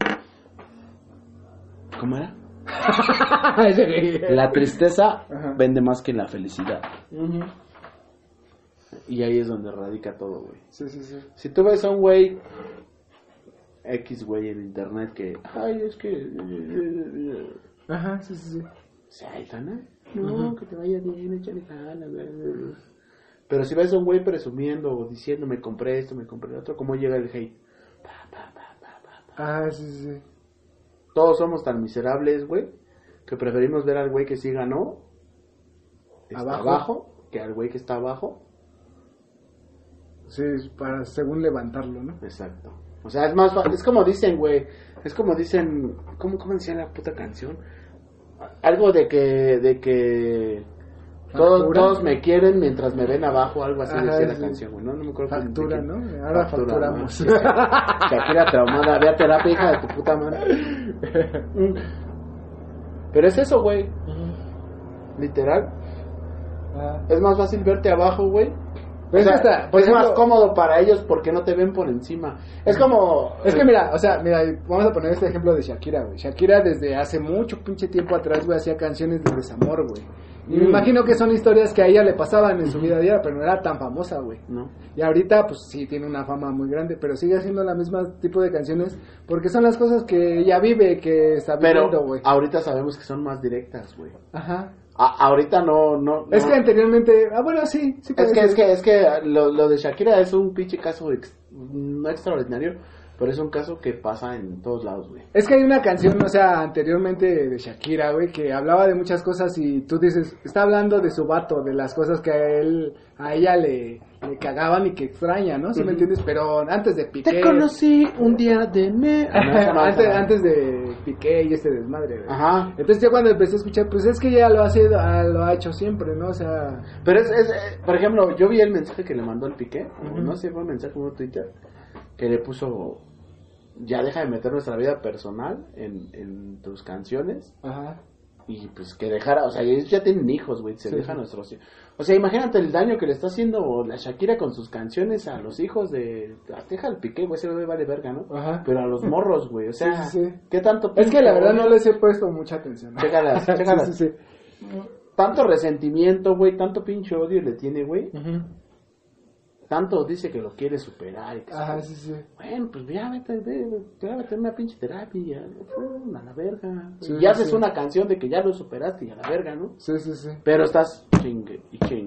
¿Cómo era? Ese güey. La tristeza Ajá. vende más que la felicidad. Y ahí es donde radica todo, güey. Sí. Si tú ves a un güey X, güey, en internet que... Ay, es que... Ajá, sí. ¿Se ¿no? No, que te vaya bien, échale ganas, güey. Pero si ves a un güey presumiendo o diciendo, me compré esto, me compré lo otro, ¿cómo llega el hate? Ah, sí. Todos somos tan miserables, güey, que preferimos ver al güey que sí ganó abajo que al güey que está abajo. Sí, para según levantarlo, ¿no? Exacto. O sea, es más fácil, es como dicen, güey, es como dicen, ¿cómo decía la puta canción? Algo de que todos me quieren mientras me ven abajo, algo así. Ajá, decía sí. la canción, güey, no me acuerdo. Factura, ¿no? Ahora facturamos. ¿no? Shakira traumada, ve a terapia, hija de tu puta madre. Pero es eso, güey. Literal. Ah. Es más fácil verte abajo, güey. Pues O sea, está, por es más ejemplo- cómodo para ellos porque no te ven por encima. Es como... Es que mira, vamos a poner este ejemplo de Shakira, güey. Shakira desde hace mucho pinche tiempo atrás, güey, hacía canciones de desamor, güey. Y me imagino que son historias que a ella le pasaban en su vida diaria, pero no era tan famosa, güey. No. Y ahorita, pues sí, tiene una fama muy grande, pero sigue haciendo la misma tipo de canciones porque son las cosas que ella vive, que está viviendo, güey. Pero ahorita sabemos que son más directas, güey. Ajá. Ahorita no. Es que anteriormente, bueno, sí. Es que lo de Shakira es un pinche caso no extraordinario, pero es un caso que pasa en todos lados, güey. Es que hay una canción, o sea, anteriormente de Shakira, güey, que hablaba de muchas cosas y tú dices, está hablando de su vato, de las cosas que a ella le cagaban y que extraña, ¿no? ¿Sí me entiendes? Pero antes de Piqué... Te conocí un día de antes de Piqué y este desmadre, güey. Ajá. Entonces yo cuando empecé a escuchar, pues es que ella lo ha hecho siempre, ¿no? O sea... Pero por ejemplo, yo vi el mensaje que le mandó el Piqué, no sé, fue un mensaje en Twitter, que le puso... Ya deja de meter nuestra vida personal en tus canciones. Ajá. Y pues que dejara, o sea, ellos ya tienen hijos, güey, se deja nuestros hijos. O sea, imagínate el daño que le está haciendo la Shakira con sus canciones a los hijos de... Deja el Piqué, güey, ese bebé vale verga, ¿no? Ajá. Pero a los morros, güey, o sea, sí. ¿qué tanto? Es que la verdad no les he puesto mucha atención. Chécalas. Sí. Tanto resentimiento, güey, tanto pinche odio le tiene, güey. Ujú. Tanto dice que lo quiere superar y que Ajá, sí. bueno, pues ya vete a una pinche terapia, a la verga. Sí, y haces sí. una canción de que ya lo superaste y a la verga, ¿no? Sí. Pero estás chingue.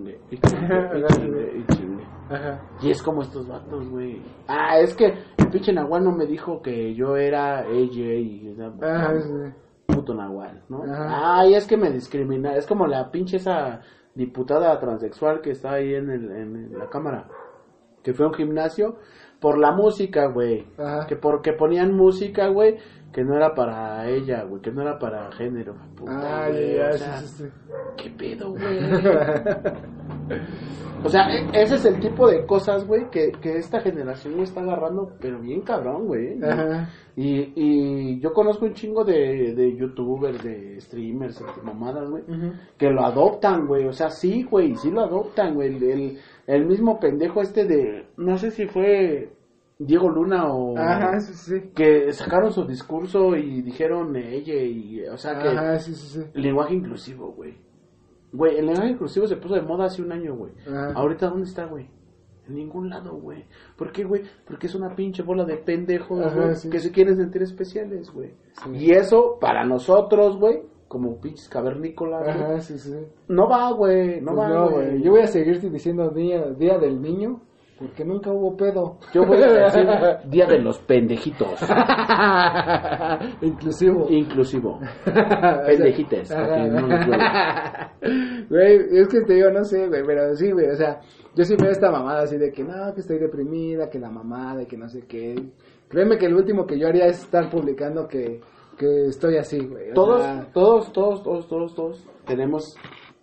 Ajá. Y es como estos vatos, güey. Es que el pinche Nahual no me dijo que yo era AJ y Ajá, sí. puto Nahual, ¿no? Ajá. Y es que me discrimina. Es como la pinche esa diputada transexual que está ahí en la cámara, que fue a un gimnasio por la música, güey. Ajá. Que porque ponían música, güey, que no era para ella, güey, que no era para género. Puta, güey, Ya, o sea, sí. ¿qué pedo, güey? O sea, ese es el tipo de cosas, güey, que esta generación me está agarrando, pero bien cabrón, güey. Ajá. Y yo conozco un chingo de youtubers, de streamers, de mamadas, güey, que lo adoptan, güey. O sea, sí, güey, sí lo adoptan, güey. El mismo pendejo de, no sé si fue Diego Luna o... Ajá, sí. Que sacaron su discurso y dijeron ella y, o sea, que... Ajá, sí. Lenguaje inclusivo, güey. Güey, el lenguaje inclusivo se puso de moda hace un año, güey. Ajá. Ahorita, ¿dónde está, güey? En ningún lado, güey. ¿Por qué, güey? Porque es una pinche bola de pendejos, Ajá, güey, sí. que se quieren sentir especiales, güey. Sí. Y eso, para nosotros, güey, como pinches cavernícolas, güey, Ajá, sí. no va, güey, Pues no, güey. Yo voy a seguir diciendo día del niño, porque nunca hubo pedo. Yo voy a decir Día de los Pendejitos. Inclusivo. Pendejites, para que no les duela. Güey, es que te digo, no sé, güey, pero sí, güey, o sea, yo sí veo esta mamada así de que no, que estoy deprimida, que la mamada, y que no sé qué. Créeme que el último que yo haría es estar publicando que estoy así, güey. Todos tenemos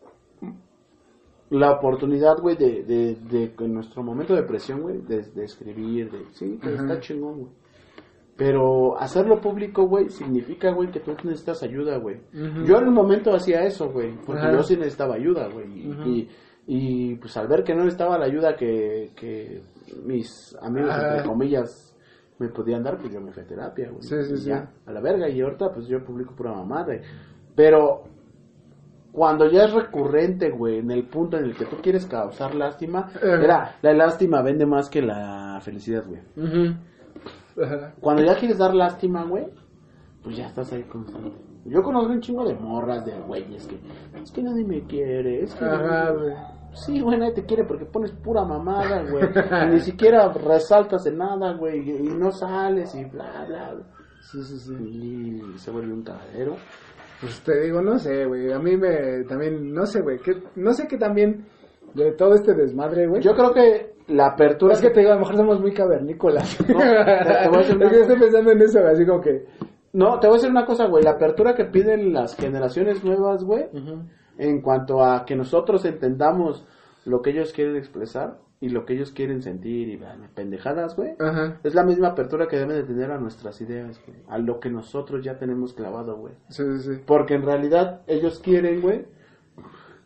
la oportunidad, güey, de en nuestro momento de depresión, güey, de escribir, sí, que está chingón, güey. Pero hacerlo público, güey, significa, güey, que tú necesitas ayuda, güey. Yo en un momento hacía eso, güey, porque yo sí necesitaba ayuda, güey. Y pues al ver que no necesitaba la ayuda que mis amigos, entre comillas, me podían dar, pues yo me fui a terapia, güey. Sí. Ya, a la verga, y ahorita pues yo publico pura mamada. Pero cuando ya es recurrente, güey, en el punto en el que tú quieres causar lástima, la lástima vende más que la felicidad, güey. Cuando ya quieres dar lástima, güey, pues ya estás ahí constante. Yo conozco un chingo de morras, de güeyes, es que nadie me quiere, es que... güey. Sí, güey, nadie te quiere porque pones pura mamada, güey. Y ni siquiera resaltas en nada, güey, y no sales y bla, bla. Sí. Y se vuelve un cagadero. Pues te digo, no sé, güey, a mí también, no sé, güey, no sé qué también de todo este desmadre, güey. Yo creo que la apertura... Es que te digo, a lo mejor somos muy cavernícolas. No, te voy a decir una... Es que estoy pensando en eso, así como que... No, te voy a decir una cosa, güey, la apertura que piden las generaciones nuevas, güey, en cuanto a que nosotros entendamos lo que ellos quieren expresar y lo que ellos quieren sentir y pendejadas, güey, es la misma apertura que deben de tener a nuestras ideas, güey, a lo que nosotros ya tenemos clavado, güey. Sí. Porque en realidad ellos quieren, güey,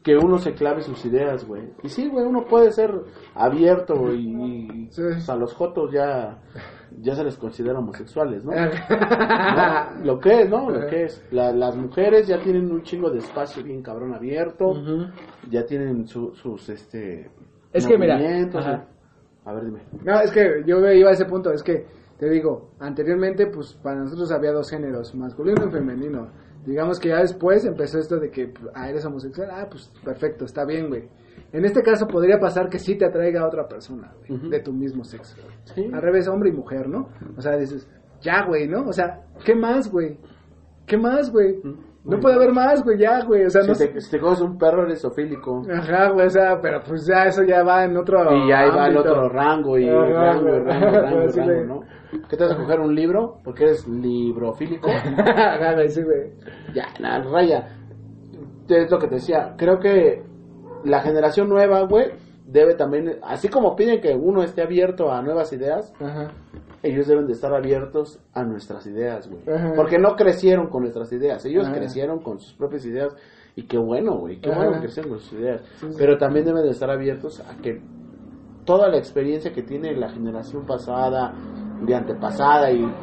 que uno se clave sus ideas, güey. Y sí, güey, uno puede ser abierto, güey, y Sí. pues, a los jotos ya se les considera homosexuales, ¿no? ¿No? Lo que es, ¿no? Lo que es. Las mujeres ya tienen un chingo de espacio bien cabrón abierto, ya tienen sus, Es que mira, movimientos, ajá. A ver, dime. No, es que yo iba a ese punto, es que te digo, anteriormente pues para nosotros había dos géneros, masculino y femenino. Digamos que ya después empezó esto de que eres homosexual, pues perfecto, está bien, güey. En este caso podría pasar que sí te atraiga a otra persona, güey, de tu mismo sexo. Sí. Al revés, hombre y mujer, ¿no? O sea, dices, ya, güey, ¿no? O sea, ¿qué más, güey? ¿Qué más, güey? No puede haber más, güey, ya, güey. O sea, no sé. Si te coges un perro, eres zoofílico. Ajá, güey, o sea, pero pues ya eso ya va en otro Y ya ahí va el ámbito. otro rango y Ajá, güey. Sí, rango, güey. ¿no? ¿Qué te vas a coger un libro? Porque eres librofílico. Ajá, güey, sí, güey. Ya, la raya. Es lo que te decía. Creo que la generación nueva, güey, debe también, así como piden que uno esté abierto a nuevas ideas, Ajá. ellos deben de estar abiertos a nuestras ideas, güey. Ajá. Porque no crecieron con nuestras ideas. Ellos Ajá. crecieron con sus propias ideas. Y qué bueno, güey. Qué Ajá. bueno que crecieron con sus ideas. Sí, sí. Pero también deben de estar abiertos a que toda la experiencia que tiene la generación pasada, de antepasada, y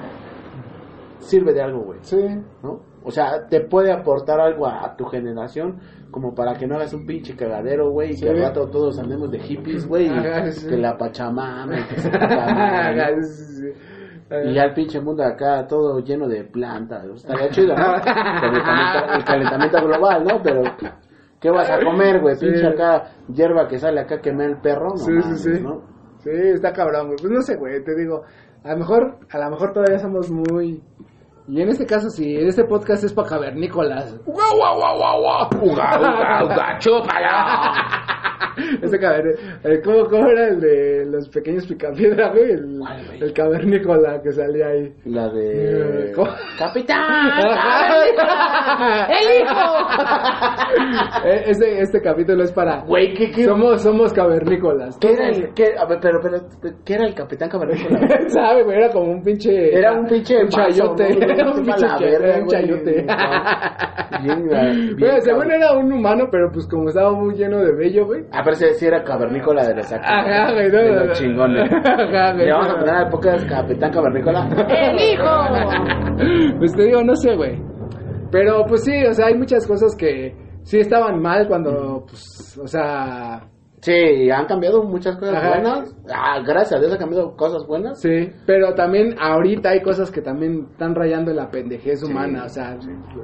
sirve de algo, güey. Sí. ¿No? O sea, te puede aportar algo a tu generación, como para que no hagas un pinche cagadero, güey, y Sí. que al rato todos andemos de hippies, güey, y Ajá, sí. que la pachamama, y que se madre, Ajá, ¿no? sí, sí. Y ya el pinche mundo acá todo lleno de plantas. Estaría chido, ¿no? El calentamiento global, ¿no? Pero, ¿qué vas a comer, güey? Sí. Pinche acá, hierba que sale acá que me el perro, no Sí, mames, sí, sí. ¿no? Sí, está cabrón, güey. Pues no sé, güey, te digo, a lo mejor todavía somos muy... Y en este caso, si este podcast es para cavernícolas. ¡Guau, guau, guau, guau, guau! ¡Uga, uga, uga! ¡Chúpala! Ese ¿cómo era el de los pequeños picapiedra, güey? ¿Cuál, güey? El cavernícola que salía ahí. La de... ¿Cómo? ¡Capitán! ¡El hijo! Este capítulo es para... Güey, ¿qué? Somos cavernícolas. ¿Qué era el... ¿Qué? A ver, pero, ¿qué era el Capitán Cavernícola? ¿Sabe, güey? Era como un pinche... Era un pinche un chayote. vaso, ¿no? Era un pinche La verga, era un güey. chayote. Bien, Pero según cabrón. era un humano, pero pues como estaba muy lleno de vello, güey. Ah, pero ese sí era cavernícola de los actos. Ajá, güey, no, de no, los no. chingones. Ajá, güey. Le vamos a poner al podcast Capitán Cavernícola. ¡El hijo! Pues te digo, no sé, güey. Pero pues sí, o sea, hay muchas cosas que sí estaban mal cuando, pues, o sea... Sí, han cambiado muchas cosas Ajá. buenas. Gracias a Dios han cambiado cosas buenas. Sí, pero también ahorita hay cosas que también están rayando en la pendejez humana, o sea,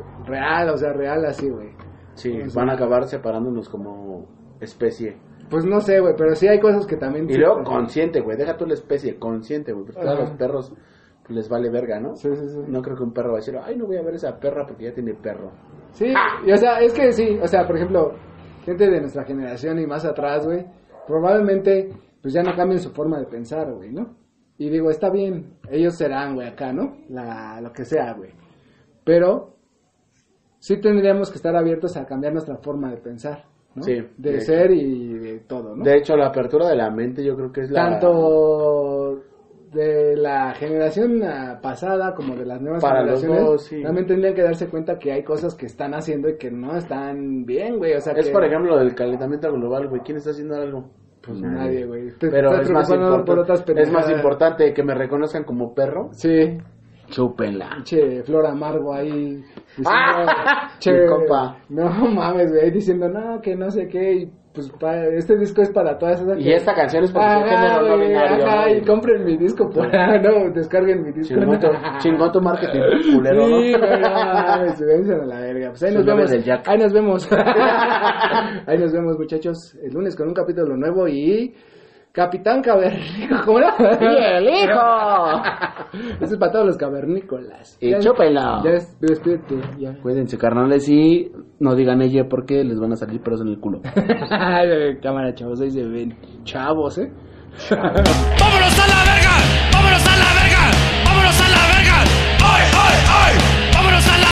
real así, güey. Sí, van a acabar separándonos como especie. Pues no sé, güey, pero sí hay cosas que también... Y sí, luego pues, consciente, güey. Deja tú la especie, consciente, güey. Porque a Ajá. los perros pues, les vale verga, ¿no? Sí, sí, sí. No creo que un perro va a decir, ay, no voy a ver esa perra porque ya tiene perro. Sí, y, o sea, es que sí, o sea, por ejemplo, gente de nuestra generación y más atrás, güey, probablemente pues ya no cambien su forma de pensar, güey, ¿no? Y digo, está bien, ellos serán, güey, acá, ¿no? Lo que sea, güey. Pero sí tendríamos que estar abiertos a cambiar nuestra forma de pensar, ¿no? Sí, De de ser y de todo, ¿no? De hecho, la apertura de la mente yo creo que es la... Tanto de la generación pasada como de las nuevas Para los generaciones, dos, sí. también tendrían que darse cuenta que hay cosas que están haciendo y que no están bien, güey, o sea Es que... por ejemplo del calentamiento global, güey. ¿Quién está haciendo algo? Pues nadie, güey. Te Pero estás es más, preocupando por otras es más pendejadas. importante que me reconozcan como perro. Sí, Chúpenla. che, Flor Amargo ahí diciendo, Mi compa. no mames, güey, diciendo, no, que no sé qué, y pues este disco es para todas esas... Y esta canción es para el género no güey, binario. ajá, ¿no? y compren mi disco, no, descarguen mi disco. Chingón tu marketing, culero, ¿no? Sí, güey, no mames, vénganse a la verga. Pues ahí Su nos nombre vemos. es el Jack. Ahí nos vemos. Ahí nos vemos, muchachos. El lunes con un capítulo nuevo y Capitán Cavernícola. ¿Cómo era? ¡Y el hijo! Eso es para todos los cavernícolas. Y chúpenlo. Ya despídete. Ya. Cuídense, carnales, y no digan ella porque les van a salir pelos en el culo. Cámara, chavos. Ahí se ven. Chavos, ¡Vámonos a la verga! ¡Vámonos a la verga! ¡Vámonos a la verga!